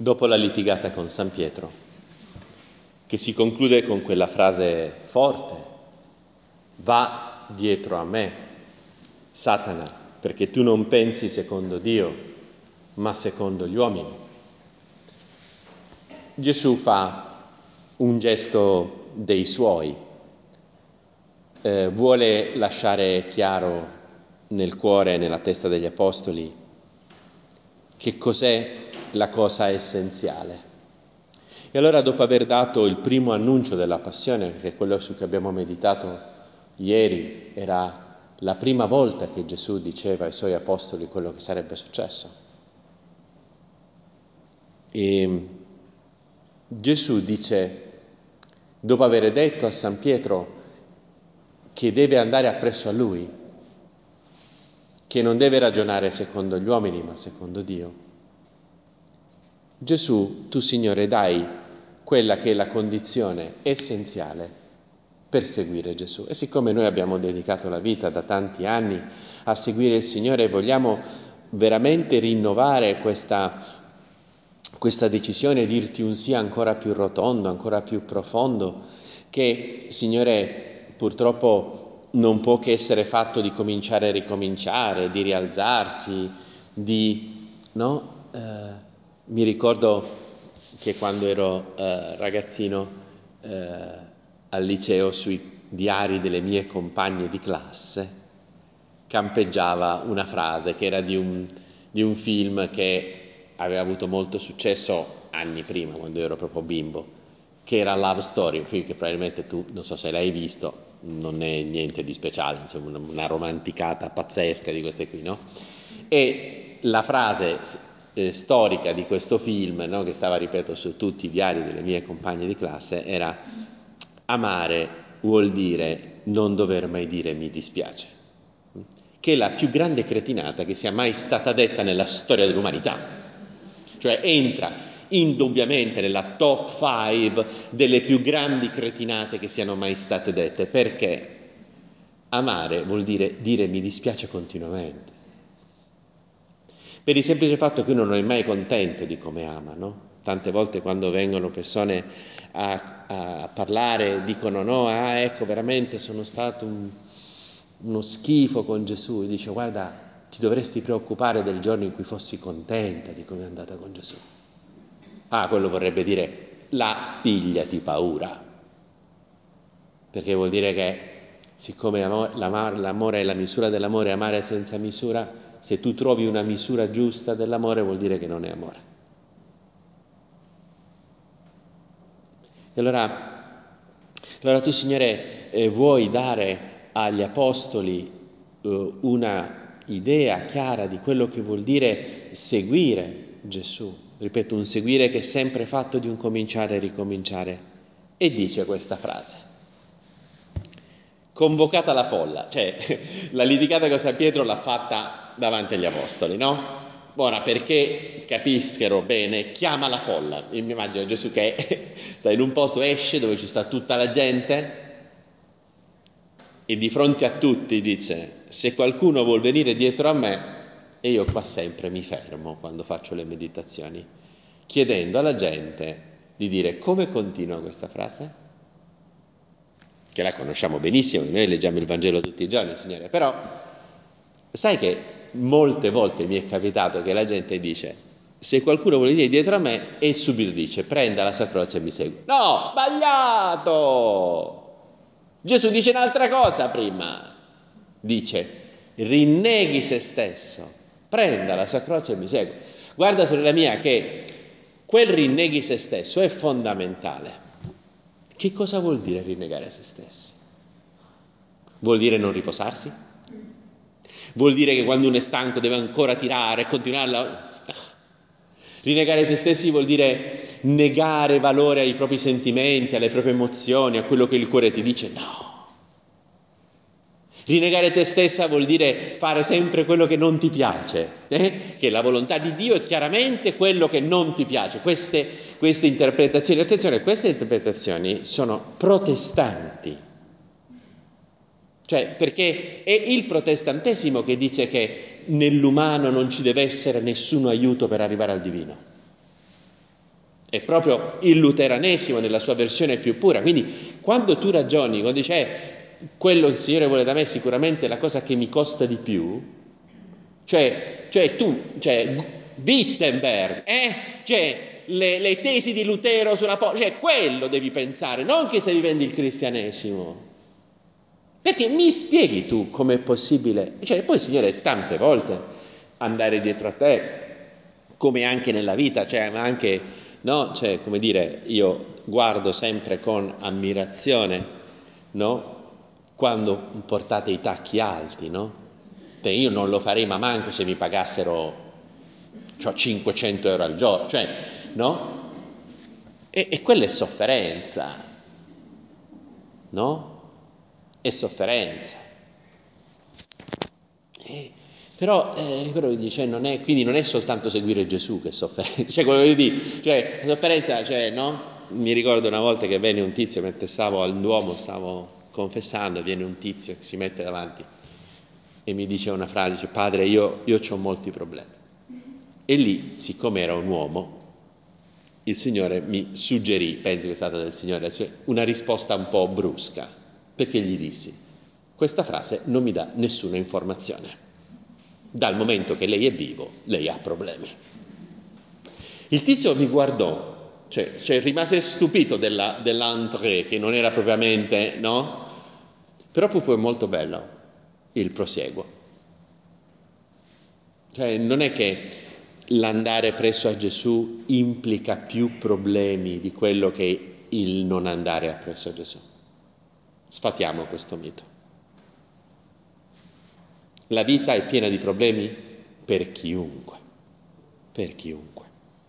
dopo la litigata con San Pietro, che si conclude con quella frase forte: va dietro a me, Satana, perché tu non pensi secondo Dio, ma secondo gli uomini. Gesù fa un gesto dei suoi, vuole lasciare chiaro nel cuore e nella testa degli apostoli che cos'è la cosa essenziale. E allora, dopo aver dato il primo annuncio della passione, che è quello su cui abbiamo meditato ieri, era la prima volta che Gesù diceva ai suoi apostoli quello che sarebbe successo. E Gesù dice, dopo aver detto a San Pietro che deve andare appresso a lui, che non deve ragionare secondo gli uomini ma secondo Dio, Gesù, tu Signore, dai quella che è la condizione essenziale per seguire Gesù. E siccome noi abbiamo dedicato la vita da tanti anni a seguire il Signore e vogliamo veramente rinnovare questa decisione, dirti un sì ancora più rotondo, ancora più profondo, che, Signore, purtroppo non può che essere fatto di cominciare e ricominciare, di rialzarsi, mi ricordo che quando ero ragazzino al liceo, sui diari delle mie compagne di classe campeggiava una frase che era di un film che aveva avuto molto successo anni prima, quando ero proprio bimbo, che era Love Story, un film che probabilmente tu, non so se l'hai visto, non è niente di speciale, insomma una romanticata pazzesca di queste qui, no? E la frase storica di questo film, no, che stava, ripeto, su tutti i diari delle mie compagne di classe, era: amare vuol dire non dover mai dire mi dispiace, che è la più grande cretinata che sia mai stata detta nella storia dell'umanità. Cioè entra indubbiamente nella top 5 delle più grandi cretinate che siano mai state dette, perché amare vuol dire mi dispiace continuamente, per il semplice fatto che uno non è mai contento di come ama, no? Tante volte quando vengono persone a parlare dicono no, ecco, veramente sono stato uno schifo con Gesù, e dice guarda, ti dovresti preoccupare del giorno in cui fossi contenta di come è andata con Gesù. Quello vorrebbe dire pigliati paura, perché vuol dire che siccome l'amore è la misura dell'amore, amare senza misura, se tu trovi una misura giusta dell'amore vuol dire che non è amore. E allora tu, Signore, vuoi dare agli apostoli una idea chiara di quello che vuol dire seguire Gesù. Ripeto, un seguire che è sempre fatto di un cominciare e ricominciare. E dice questa frase: convocata la folla, cioè la litigata con San Pietro l'ha fatta davanti agli apostoli, no? Ora, perché capiscano bene, chiama la folla. Io mi immagino Gesù che sta in un posto, esce dove ci sta tutta la gente e di fronte a tutti dice: se qualcuno vuol venire dietro a me, e io qua sempre mi fermo quando faccio le meditazioni, chiedendo alla gente di dire come continua questa frase, che la conosciamo benissimo, noi leggiamo il Vangelo tutti i giorni, Signore, però sai che molte volte mi è capitato che la gente dice: se qualcuno vuole venire dietro a me, e subito dice: prenda la sua croce e mi segua. No, sbagliato! Gesù dice un'altra cosa prima, dice: rinneghi se stesso, prenda la sua croce e mi segua. Guarda, sorella mia, che quel rinneghi se stesso è fondamentale. Che cosa vuol dire rinnegare se stesso? Vuol dire non riposarsi? Vuol dire che quando uno è stanco deve ancora tirare e continuarla? No. Rinnegare se stessi vuol dire negare valore ai propri sentimenti, alle proprie emozioni, a quello che il cuore ti dice? No. Rinnegare te stessa vuol dire fare sempre quello che non ti piace, che la volontà di Dio è chiaramente quello che non ti piace. Queste interpretazioni, attenzione, queste interpretazioni sono protestanti, cioè perché è il protestantesimo che dice che nell'umano non ci deve essere nessun aiuto per arrivare al divino. è proprio il luteranesimo nella sua versione più pura. Quindi quando tu ragioni, quando dici quello il Signore vuole da me sicuramente la cosa che mi costa di più, cioè Wittenberg, cioè le tesi di Lutero sulla cioè quello devi pensare, non che stai vivendo il cristianesimo. Perché mi spieghi tu com'è possibile, cioè poi il Signore tante volte andare dietro a te, come anche nella vita, cioè ma anche, no? Cioè, come dire, io guardo sempre con ammirazione, no? Quando portate i tacchi alti, no? Io non lo farei ma manco se mi pagassero 500 euro al giorno, cioè, no? E quella è sofferenza, no? È sofferenza. Però dice, quindi non è soltanto seguire Gesù che è sofferenza, cioè quello che dico, cioè la sofferenza, cioè, no? Mi ricordo una volta che venne un tizio, mentre stavo al Duomo, stavo confessando, viene un tizio che si mette davanti e mi dice una frase, dice, padre, io ho molti problemi. E lì, siccome era un uomo, il Signore mi suggerì, penso che è stata del Signore, una risposta un po' brusca, perché gli dissi, questa frase non mi dà nessuna informazione. Dal momento che lei è vivo, lei ha problemi. Il tizio mi guardò, cioè rimase stupito dell'entrée, che non era propriamente, no? Però poi fu molto bello il prosieguo. Cioè non è che l'andare presso a Gesù implica più problemi di quello che il non andare presso a Gesù. Sfatiamo questo mito. La vita è piena di problemi per chiunque. Per chiunque.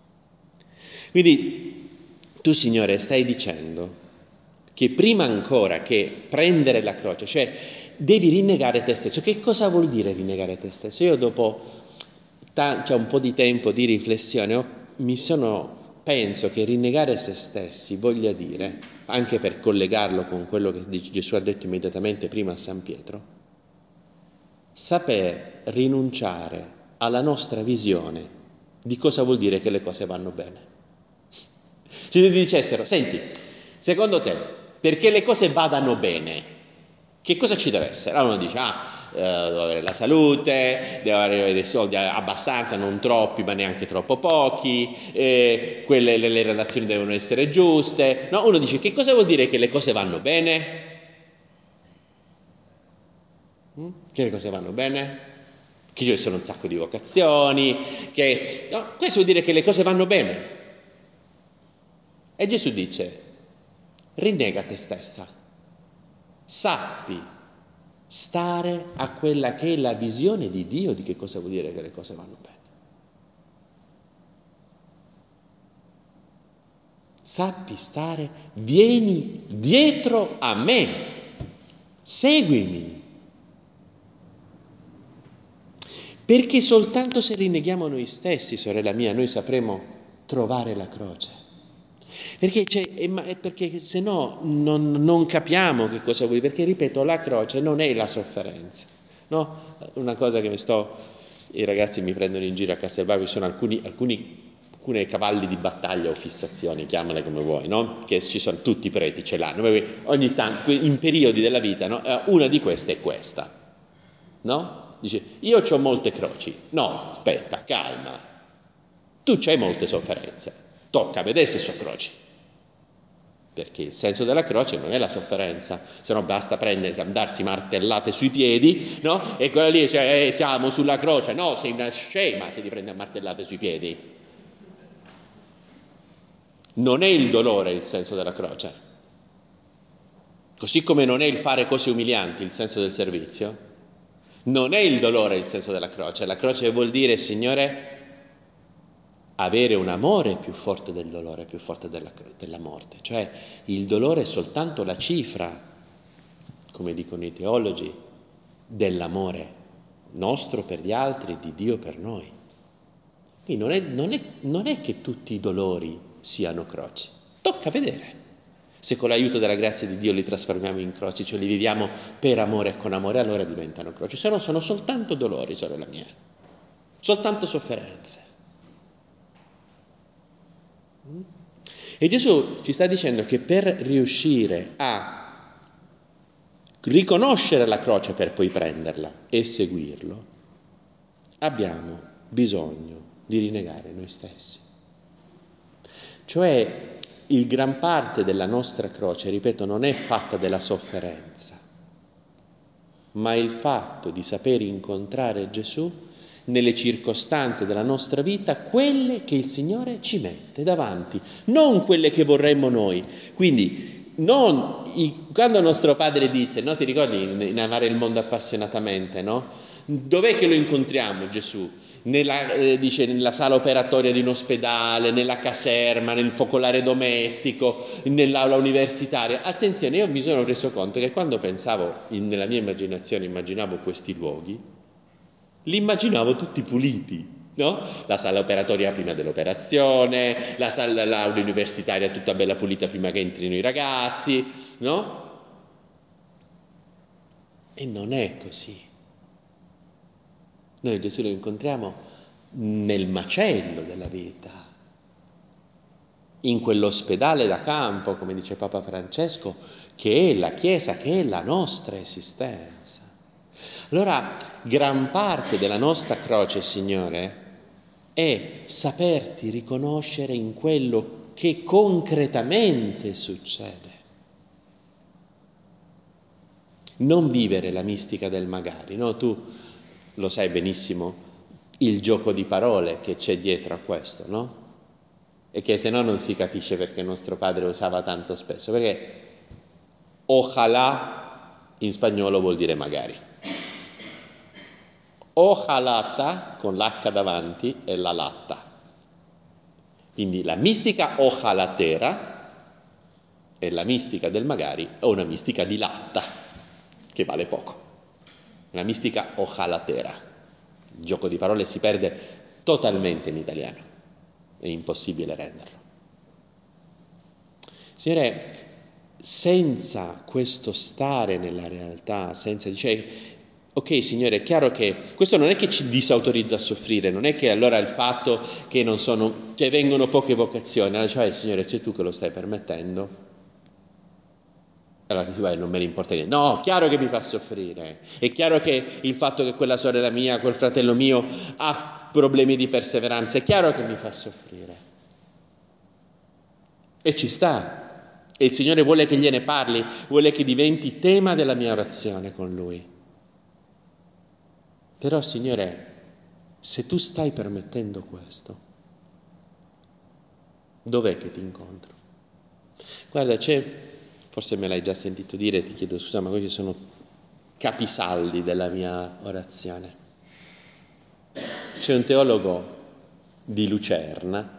Quindi tu, Signore, stai dicendo che prima ancora che prendere la croce, cioè devi rinnegare te stesso. Che cosa vuol dire rinnegare te stesso? Io dopo un po' di tempo di riflessione penso che rinnegare se stessi voglia dire, anche per collegarlo con quello che Gesù ha detto immediatamente prima a San Pietro, saper rinunciare alla nostra visione di cosa vuol dire che le cose vanno bene. Se ti dicessero, senti, secondo te, perché le cose vadano bene, che cosa ci deve essere? Allora uno dice, devo avere la salute, devo avere dei soldi abbastanza, non troppi ma neanche troppo pochi, le relazioni devono essere giuste. No, uno dice, che cosa vuol dire che le cose vanno bene? Che le cose vanno bene? Che ci sono un sacco di vocazioni, questo vuol dire che le cose vanno bene. E Gesù dice, rinnega te stessa, sappi stare a quella che è la visione di Dio di che cosa vuol dire che le cose vanno bene. Sappi stare, vieni dietro a me, seguimi. Perché soltanto se rinneghiamo noi stessi, sorella mia, noi sapremo trovare la croce. Perché se no non capiamo che cosa vuol dire, perché ripeto, la croce non è la sofferenza, no? Una cosa che i ragazzi mi prendono in giro a Castelbavio, ci sono alcuni cavalli di battaglia o fissazioni, chiamale come vuoi, no? Che ci sono, tutti i preti ce l'hanno, ogni tanto, in periodi della vita, no? Una di queste è questa, no? Dice, io ho molte croci, no, aspetta, calma, tu c'hai molte sofferenze, tocca vedere se sono croci. Perché il senso della croce non è la sofferenza, se no basta andarsi martellate sui piedi, no? E quella lì dice, siamo sulla croce, no, sei una scema se ti prendi a martellate sui piedi. Non è il dolore il senso della croce, così come non è il fare cose umilianti il senso del servizio, non è il dolore il senso della croce. La croce vuol dire, Signore, avere un amore più forte del dolore, più forte della morte. Cioè il dolore è soltanto la cifra, come dicono i teologi, dell'amore nostro per gli altri, di Dio per noi. Quindi non è che tutti i dolori siano croci, tocca vedere se con l'aiuto della grazia di Dio li trasformiamo in croci, cioè li viviamo per amore e con amore, allora diventano croci. Se no sono soltanto dolori, sorella mia, soltanto sofferenze. E Gesù ci sta dicendo che per riuscire a riconoscere la croce per poi prenderla e seguirlo, abbiamo bisogno di rinnegare noi stessi. Cioè, il gran parte della nostra croce, ripeto, non è fatta della sofferenza, ma il fatto di saper incontrare Gesù nelle circostanze della nostra vita, quelle che il Signore ci mette davanti, non quelle che vorremmo noi. Quindi, quando nostro padre dice, no, ti ricordi in Amare il mondo appassionatamente, no? Dov'è che lo incontriamo Gesù? Dice nella sala operatoria di un ospedale, nella caserma, nel focolare domestico, nell'aula universitaria. Attenzione, io mi sono reso conto che quando pensavo, nella mia immaginazione, immaginavo questi luoghi, li immaginavo tutti puliti, no? La sala operatoria prima dell'operazione, l'aula universitaria tutta bella pulita prima che entrino i ragazzi, no? E non è così. Noi Gesù lo incontriamo nel macello della vita, in quell'ospedale da campo, come dice Papa Francesco, che è la Chiesa, che è la nostra esistenza. Allora, gran parte della nostra croce, Signore, è saperti riconoscere in quello che concretamente succede. Non vivere la mistica del magari, no? Tu lo sai benissimo il gioco di parole che c'è dietro a questo, no? E che se no non si capisce perché nostro padre usava tanto spesso, perché ojalá in spagnolo vuol dire magari. Ojalata, con l'H davanti, è la latta. Quindi la mistica ojalatera e la mistica del magari è una mistica di latta, che vale poco. Una mistica ojalatera. Il gioco di parole si perde totalmente in italiano. È impossibile renderlo. Signore, senza questo stare nella realtà, senza dire, ok Signore, è chiaro che questo non è che ci disautorizza a soffrire, non è che allora il fatto che non sono, cioè vengono poche vocazioni, cioè Signore, sei tu che lo stai permettendo, allora non me ne importa niente. No, chiaro che mi fa soffrire, è chiaro che il fatto che quella sorella mia, quel fratello mio ha problemi di perseveranza, è chiaro che mi fa soffrire. E ci sta. E il Signore vuole che gliene parli, vuole che diventi tema della mia orazione con Lui. Però, Signore, se tu stai permettendo questo, dov'è che ti incontro? Guarda, forse me l'hai già sentito dire, ti chiedo scusa, ma questi sono capisaldi della mia orazione. C'è un teologo di Lucerna,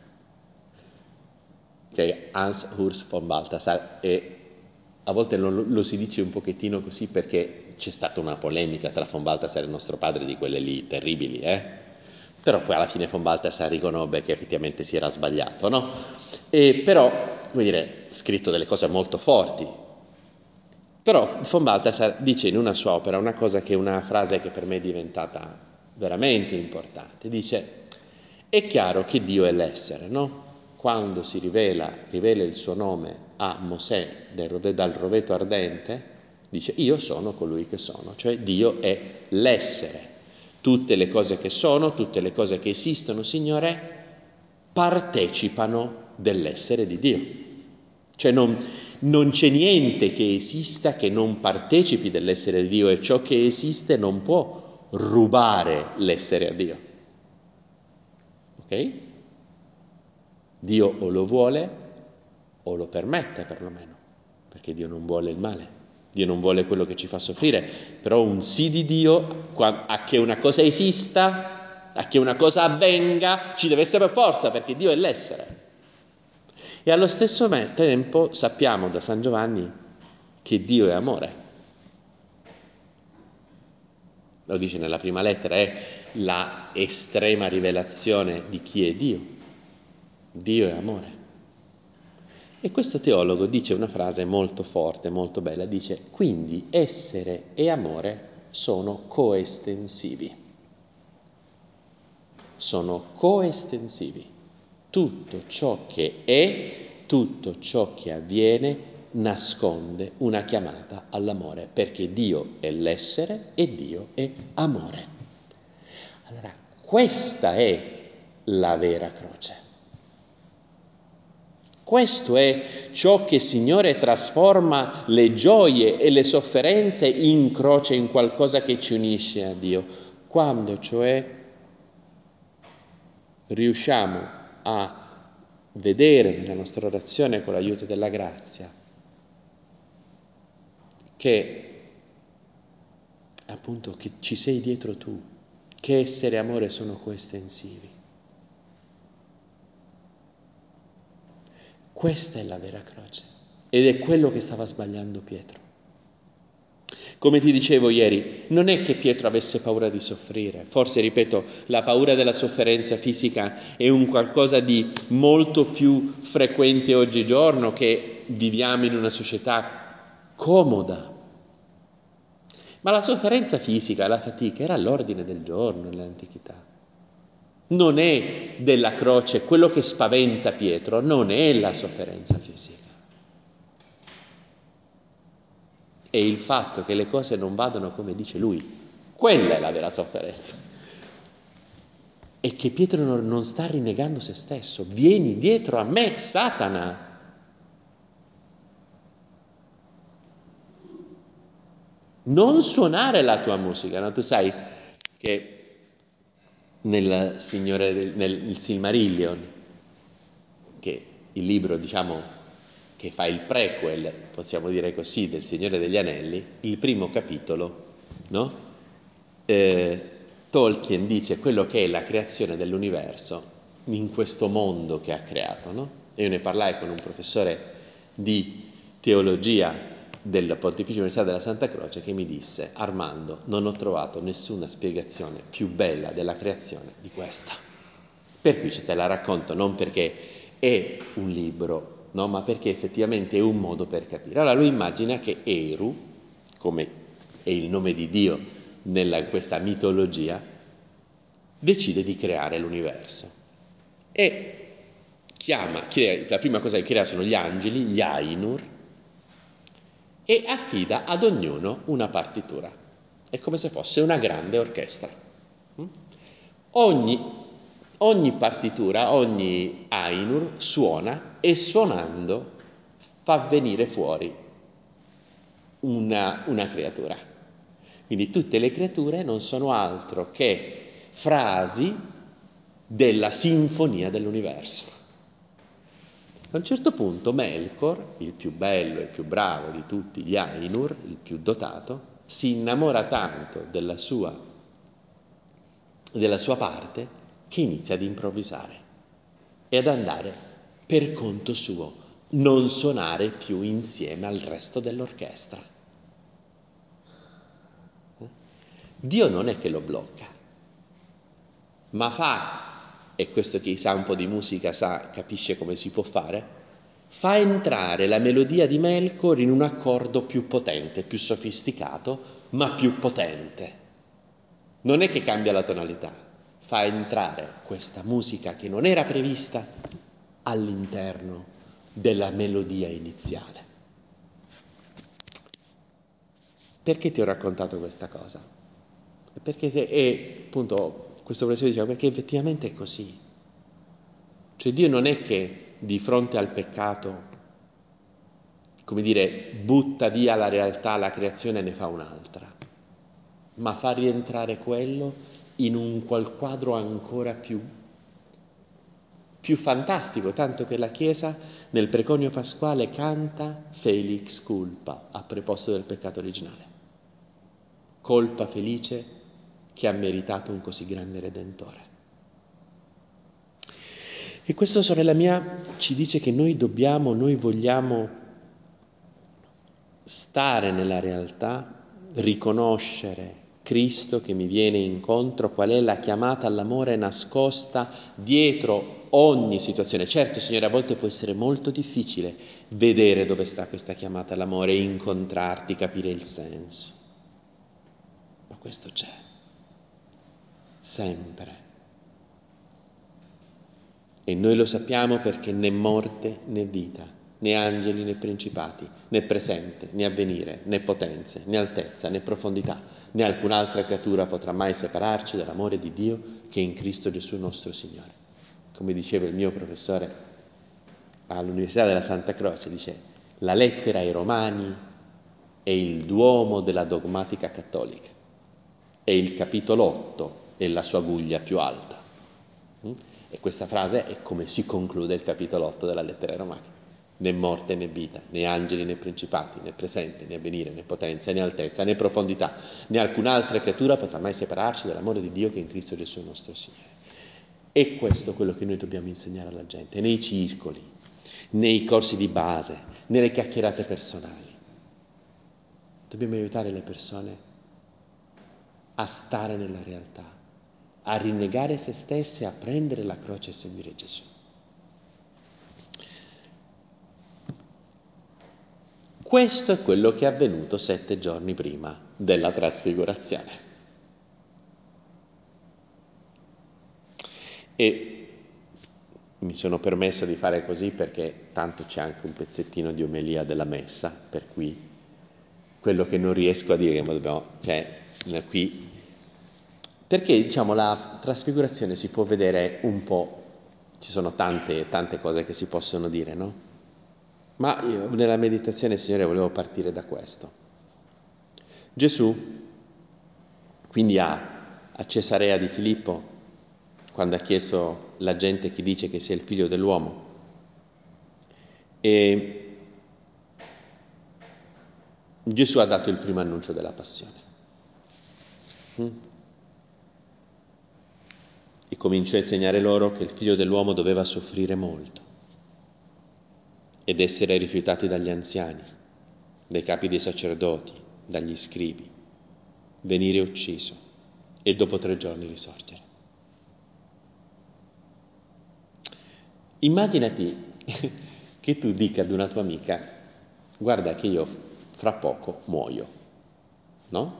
che è Hans Urs von Balthasar, e a volte lo si dice un pochettino così perché c'è stata una polemica tra von Balthasar e nostro padre di quelle lì terribili, Però poi alla fine von Balthasar riconobbe che effettivamente si era sbagliato, no? E però, come dire, scritto delle cose molto forti. Però von Balthasar dice in una sua opera una cosa che è una frase che per me è diventata veramente importante. Dice, è chiaro che Dio è l'essere, no? Quando si rivela il suo nome a Mosè dal roveto ardente, dice io sono colui che sono, cioè Dio è l'essere. Tutte le cose che sono, tutte le cose che esistono, Signore, partecipano dell'essere di Dio. Cioè non c'è niente che esista che non partecipi dell'essere di Dio, e ciò che esiste non può rubare l'essere a Dio. Ok? Dio o lo vuole o lo permette perlomeno, perché Dio non vuole il male, Dio non vuole quello che ci fa soffrire, però un sì di Dio a che una cosa esista, a che una cosa avvenga, ci deve essere per forza, perché Dio è l'essere. E allo stesso tempo sappiamo da San Giovanni che Dio è amore. Lo dice nella prima lettera, è la estrema rivelazione di chi è Dio. Dio è amore. E questo teologo dice una frase molto forte, molto bella, dice, quindi essere e amore sono coestensivi. Sono coestensivi. Tutto ciò che è tutto ciò che avviene nasconde una chiamata all'amore, perché Dio è l'essere e Dio è amore. Allora, questa è la vera croce. Questo è ciò che, Signore, trasforma le gioie e le sofferenze in croce, in qualcosa che ci unisce a Dio. Quando, cioè, riusciamo a vedere nella nostra orazione, con l'aiuto della grazia, che appunto che ci sei dietro tu, che essere e amore sono coestensivi. Questa è la vera croce ed è quello che stava sbagliando Pietro. Come ti dicevo ieri, non è che Pietro avesse paura di soffrire, forse, ripeto, la paura della sofferenza fisica è un qualcosa di molto più frequente oggigiorno, che viviamo in una società comoda. Ma la sofferenza fisica, la fatica, era all'ordine del giorno nell'antichità. Non è della croce, quello che spaventa Pietro non è la sofferenza fisica. È il fatto che le cose non vadano come dice lui. Quella è la vera sofferenza. E che Pietro non sta rinnegando se stesso. Vieni dietro a me, Satana. Non suonare la tua musica, no? Tu sai che nel Silmarillion, che il libro, diciamo, che fa il prequel, possiamo dire così, del Signore degli Anelli, il primo capitolo, no? Tolkien dice quello che è la creazione dell'universo in questo mondo che ha creato, no? E io ne parlai con un professore di teologia del Pontificio Università della Santa Croce, che mi disse: Armando, non ho trovato nessuna spiegazione più bella della creazione di questa. Per cui te la racconto non perché è un libro, no, ma perché effettivamente è un modo per capire. Allora lui immagina che Eru, come è il nome di Dio nella questa mitologia, decide di creare l'universo e la prima cosa che crea sono gli angeli, gli Ainur, e affida ad ognuno una partitura. È come se fosse una grande orchestra. Ogni partitura, ogni Ainur suona, e suonando fa venire fuori una creatura. Quindi tutte le creature non sono altro che frasi della sinfonia dell'universo. A un certo punto Melkor, il più bello e il più bravo di tutti gli Ainur, il più dotato, si innamora tanto della sua parte che inizia ad improvvisare e ad andare per conto suo, non suonare più insieme al resto dell'orchestra. Dio non è che lo blocca, ma fa, e questo chi sa un po' di musica capisce come si può fare, fa entrare la melodia di Melkor in un accordo più potente, più sofisticato, ma più potente. Non è che cambia la tonalità, fa entrare questa musica che non era prevista all'interno della melodia iniziale. Perché ti ho raccontato questa cosa? Perché appunto, questo professore diceva, perché effettivamente è così. Cioè Dio non è che di fronte al peccato, come dire, butta via la realtà, la creazione, e ne fa un'altra, ma fa rientrare quello in un quadro ancora più fantastico, tanto che la Chiesa nel preconio pasquale canta Felix culpa a proposito del peccato originale. Colpa felice che ha meritato un così grande Redentore. E questo, sorella mia, ci dice che noi vogliamo stare nella realtà, riconoscere Cristo che mi viene incontro, qual è la chiamata all'amore nascosta dietro ogni situazione. Certo, Signore, a volte può essere molto difficile vedere dove sta questa chiamata all'amore, incontrarti, capire il senso. Ma questo c'è, sempre. E noi lo sappiamo perché né morte né vita, né angeli né principati, né presente né avvenire, né potenze, né altezza, né profondità, né alcun'altra creatura potrà mai separarci dall'amore di Dio che è in Cristo Gesù nostro Signore. Come diceva il mio professore all'Università della Santa Croce, dice: la lettera ai Romani è il Duomo della dogmatica cattolica e il capitolo 8 è la sua guglia più alta. E questa frase è come si conclude il capitolo 8 della lettera ai Romani. Né morte né vita, né angeli né principati, né presente né avvenire, né potenza, né altezza, né profondità, né alcun'altra creatura potrà mai separarci dall'amore di Dio che è in Cristo Gesù nostro Signore. E questo è quello che noi dobbiamo insegnare alla gente, nei circoli, nei corsi di base, nelle chiacchierate personali. Dobbiamo aiutare le persone a stare nella realtà, a rinnegare se stesse, a prendere la croce e seguire Gesù. Questo è quello che è avvenuto 7 giorni prima della trasfigurazione. E mi sono permesso di fare così perché tanto c'è anche un pezzettino di omelia della messa, per cui quello che non riesco a dire, ma dobbiamo, qui, perché diciamo la trasfigurazione si può vedere un po', ci sono tante cose che si possono dire, no? Ma io nella meditazione, Signore, volevo partire da questo. Gesù, quindi a Cesarea di Filippo, quando ha chiesto la gente chi dice che sia il figlio dell'uomo, e Gesù ha dato il primo annuncio della passione. E cominciò a insegnare loro che il figlio dell'uomo doveva soffrire molto ed essere rifiutati dagli anziani, dai capi dei sacerdoti, dagli scribi, venire ucciso e dopo 3 giorni risorgere. Immaginati che tu dica ad una tua amica: guarda che io fra poco muoio, no?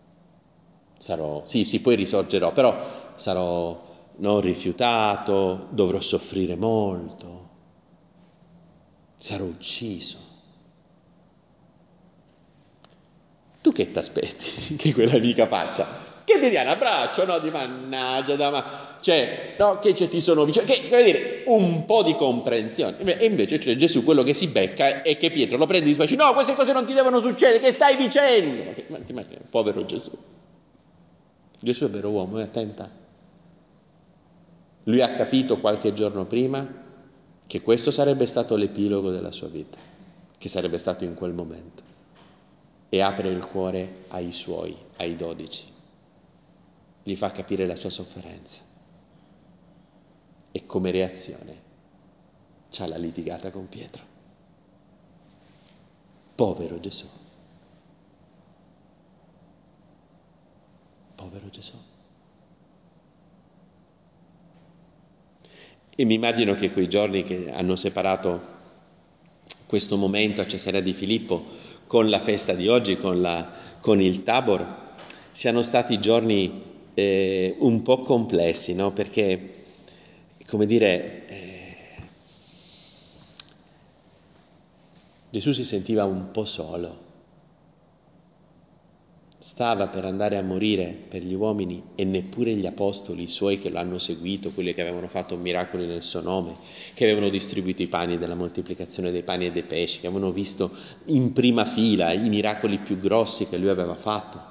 Sì, poi risorgerò, però sarò non rifiutato, dovrò soffrire molto, sarò ucciso. Tu che ti aspetti che quella amica faccia? Che ti dia un abbraccio, no? Di mannaggia, no, che ti sono vicino, che vuol dire un po' di comprensione. E invece Gesù quello che si becca è che Pietro lo prende e dice: no, queste cose non ti devono succedere, che stai dicendo? Ma ti immagini, povero Gesù. Gesù è vero uomo, è attenta. Lui ha capito qualche giorno prima che questo sarebbe stato l'epilogo della sua vita, che sarebbe stato in quel momento, e apre il cuore ai suoi, ai 12, gli fa capire la sua sofferenza e come reazione c'ha la litigata con Pietro. Povero Gesù. Povero Gesù. E mi immagino che quei giorni che hanno separato questo momento a Cesarea di Filippo con la festa di oggi, con il Tabor, siano stati giorni un po' complessi, no? Perché, come dire, Gesù si sentiva un po' solo. Stava per andare a morire per gli uomini e neppure gli apostoli, i suoi che lo hanno seguito, quelli che avevano fatto miracoli nel suo nome, che avevano distribuito i pani della moltiplicazione dei pani e dei pesci, che avevano visto in prima fila i miracoli più grossi che lui aveva fatto,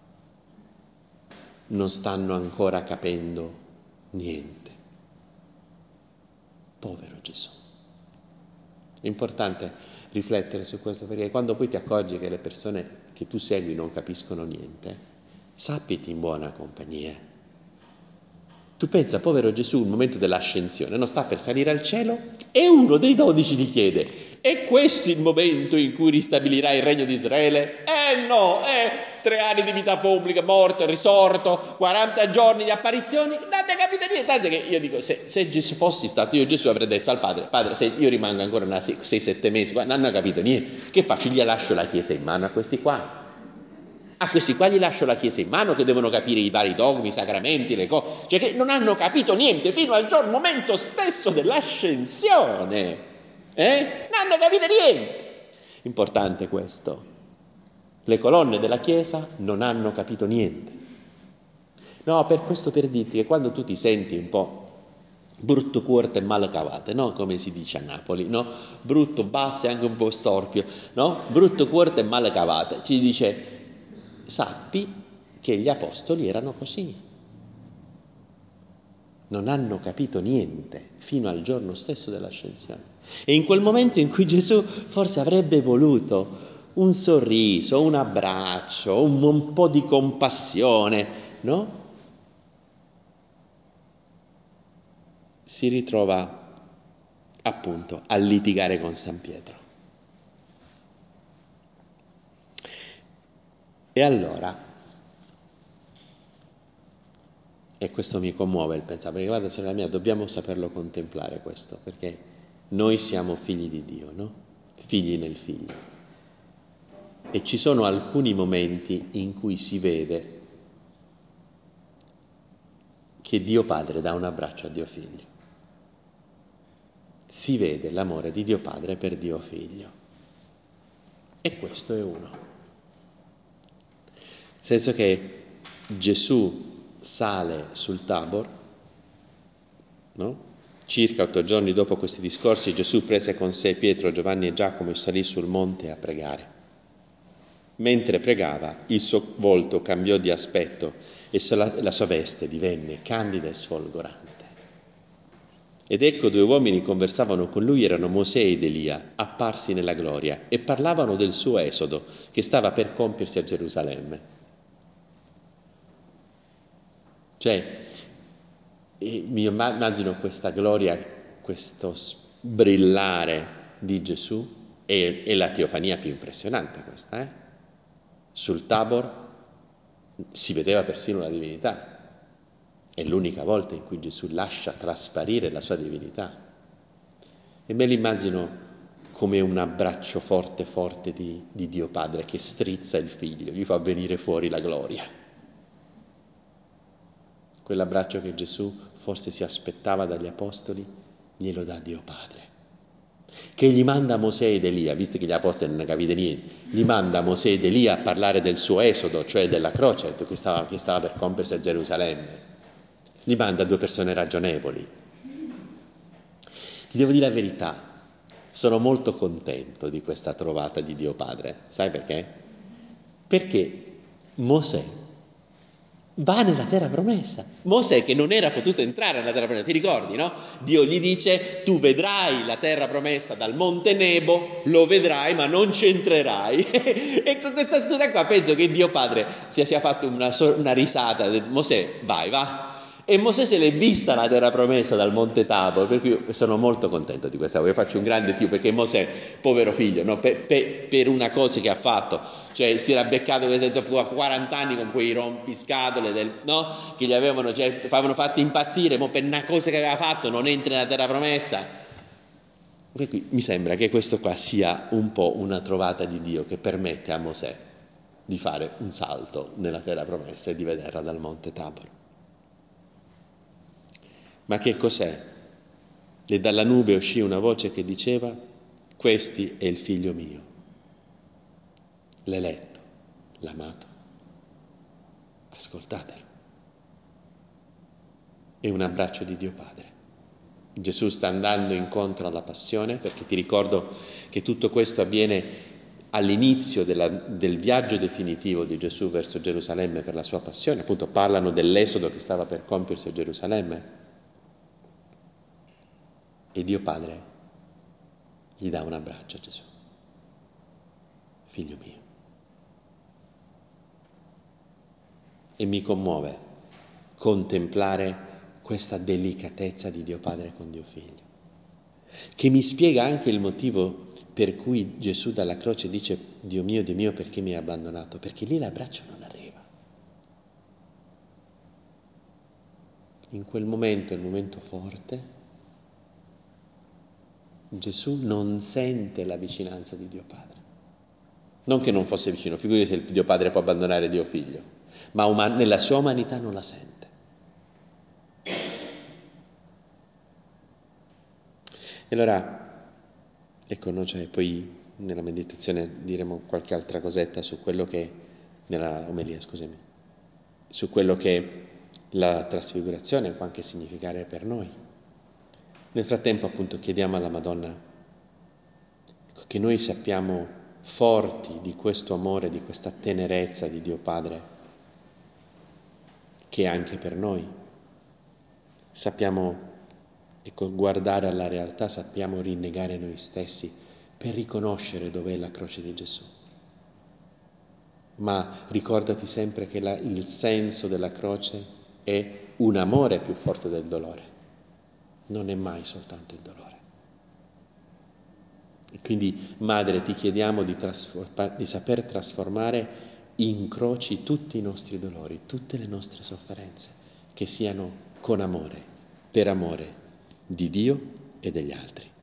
non stanno ancora capendo niente. Povero Gesù. È importante riflettere su questo, perché quando poi ti accorgi che le persone che tu segui non capiscono niente, sappiti in buona compagnia. Tu pensa, povero Gesù, il momento dell'ascensione, non sta per salire al cielo e uno dei 12 gli chiede: è questo il momento in cui ristabilirà il regno di Israele? No, 3 anni di vita pubblica, morto, risorto, 40 giorni di apparizioni, non ne capite niente. Tanto che io dico, se Gesù fossi stato io, Gesù avrei detto al padre, se io rimango ancora 6-7 mesi, non hanno capito niente, che faccio? Gli lascio la chiesa in mano a questi qua? A questi qua gli lascio la Chiesa in mano che devono capire i vari dogmi, i sacramenti, le cose, cioè che non hanno capito niente fino al momento stesso dell'ascensione. Non hanno capito niente. Importante questo. Le colonne della Chiesa non hanno capito niente. No, per questo per dirti che quando tu ti senti un po' brutto cuore e male cavate, no? Come si dice a Napoli, no? Brutto, basso e anche un po' storpio, no? Brutto cuore e male cavate. Ci dice, sappi che gli apostoli erano così. Non hanno capito niente fino al giorno stesso dell'ascensione. E in quel momento in cui Gesù forse avrebbe voluto un sorriso, un abbraccio, un po' di compassione, no? Si ritrova appunto a litigare con San Pietro. E allora, e questo mi commuove il pensare, perché guarda, sorella mia, dobbiamo saperlo contemplare questo, perché noi siamo figli di Dio, no? Figli nel Figlio. E ci sono alcuni momenti in cui si vede che Dio Padre dà un abbraccio a Dio Figlio. Si vede l'amore di Dio Padre per Dio Figlio. E questo è uno. Nel senso che Gesù sale sul Tabor, no? Circa 8 giorni dopo questi discorsi, Gesù prese con sé Pietro, Giovanni e Giacomo e salì sul monte a pregare. Mentre pregava, il suo volto cambiò di aspetto e la sua veste divenne candida e sfolgorante. Ed ecco 2 uomini conversavano con lui, erano Mosè ed Elia, apparsi nella gloria, e parlavano del suo esodo, che stava per compiersi a Gerusalemme. Cioè, mi immagino questa gloria, questo brillare di Gesù, è la teofania più impressionante questa, Sul Tabor si vedeva persino la divinità. È l'unica volta in cui Gesù lascia trasparire la sua divinità. E me l'immagino come un abbraccio forte forte di Dio Padre che strizza il figlio, gli fa venire fuori la gloria. Quell'abbraccio che Gesù forse si aspettava dagli apostoli, glielo dà Dio Padre. Che gli manda Mosè ed Elia, visto che gli apostoli non ne capite niente, gli manda Mosè ed Elia a parlare del suo esodo, cioè della croce che stava per compiersi a Gerusalemme. Gli manda 2 persone ragionevoli. Ti devo dire la verità, sono molto contento di questa trovata di Dio Padre. Sai perché? Perché Mosè va nella terra promessa. Mosè che non era potuto entrare nella terra promessa, ti ricordi, no? Dio gli dice, tu vedrai la terra promessa dal monte Nebo, lo vedrai ma non ci entrerai. E con questa scusa qua penso che Dio Padre sia fatto una risata, Mosè vai, va. E Mosè se l'è vista la terra promessa dal monte Tabor, per cui sono molto contento di questa cosa. Io faccio un grande Dio perché Mosè, povero figlio, no? per una cosa che ha fatto, cioè si era beccato a 40 anni con quei rompiscatole no? Che gli avevano fatti impazzire, ma per una cosa che aveva fatto non entra nella terra promessa. Per cui mi sembra che questo qua sia un po' una trovata di Dio che permette a Mosè di fare un salto nella terra promessa e di vederla dal monte Tabor. Ma che cos'è? E dalla nube uscì una voce che diceva, questi è il figlio mio, l'eletto, l'amato. Ascoltatelo. E un abbraccio di Dio Padre. Gesù sta andando incontro alla passione, perché ti ricordo che tutto questo avviene all'inizio del viaggio definitivo di Gesù verso Gerusalemme per la sua passione. Appunto parlano dell'esodo che stava per compiersi a Gerusalemme. E Dio Padre gli dà un abbraccio a Gesù. Figlio mio. E mi commuove contemplare questa delicatezza di Dio Padre con Dio Figlio, che mi spiega anche il motivo per cui Gesù dalla croce dice Dio mio, perché mi hai abbandonato? Perché lì l'abbraccio non arriva. In quel momento, il momento forte, Gesù non sente la vicinanza di Dio Padre. Non che non fosse vicino, figurati se il Dio Padre può abbandonare Dio Figlio, ma nella sua umanità non la sente. E allora, ecco, no, cioè, poi nella meditazione diremo qualche altra cosetta su quello che, nella omelia, scusami, su quello che la trasfigurazione può anche significare per noi. Nel frattempo, appunto, chiediamo alla Madonna che noi sappiamo forti di questo amore, di questa tenerezza di Dio Padre, che è anche per noi. Sappiamo, ecco, guardare alla realtà, sappiamo rinnegare noi stessi per riconoscere dov'è la croce di Gesù. Ma ricordati sempre che il senso della croce è un amore più forte del dolore, non è mai soltanto il dolore. E quindi, Madre, ti chiediamo di saper trasformare in croci tutti i nostri dolori, tutte le nostre sofferenze, che siano con amore, per amore di Dio e degli altri.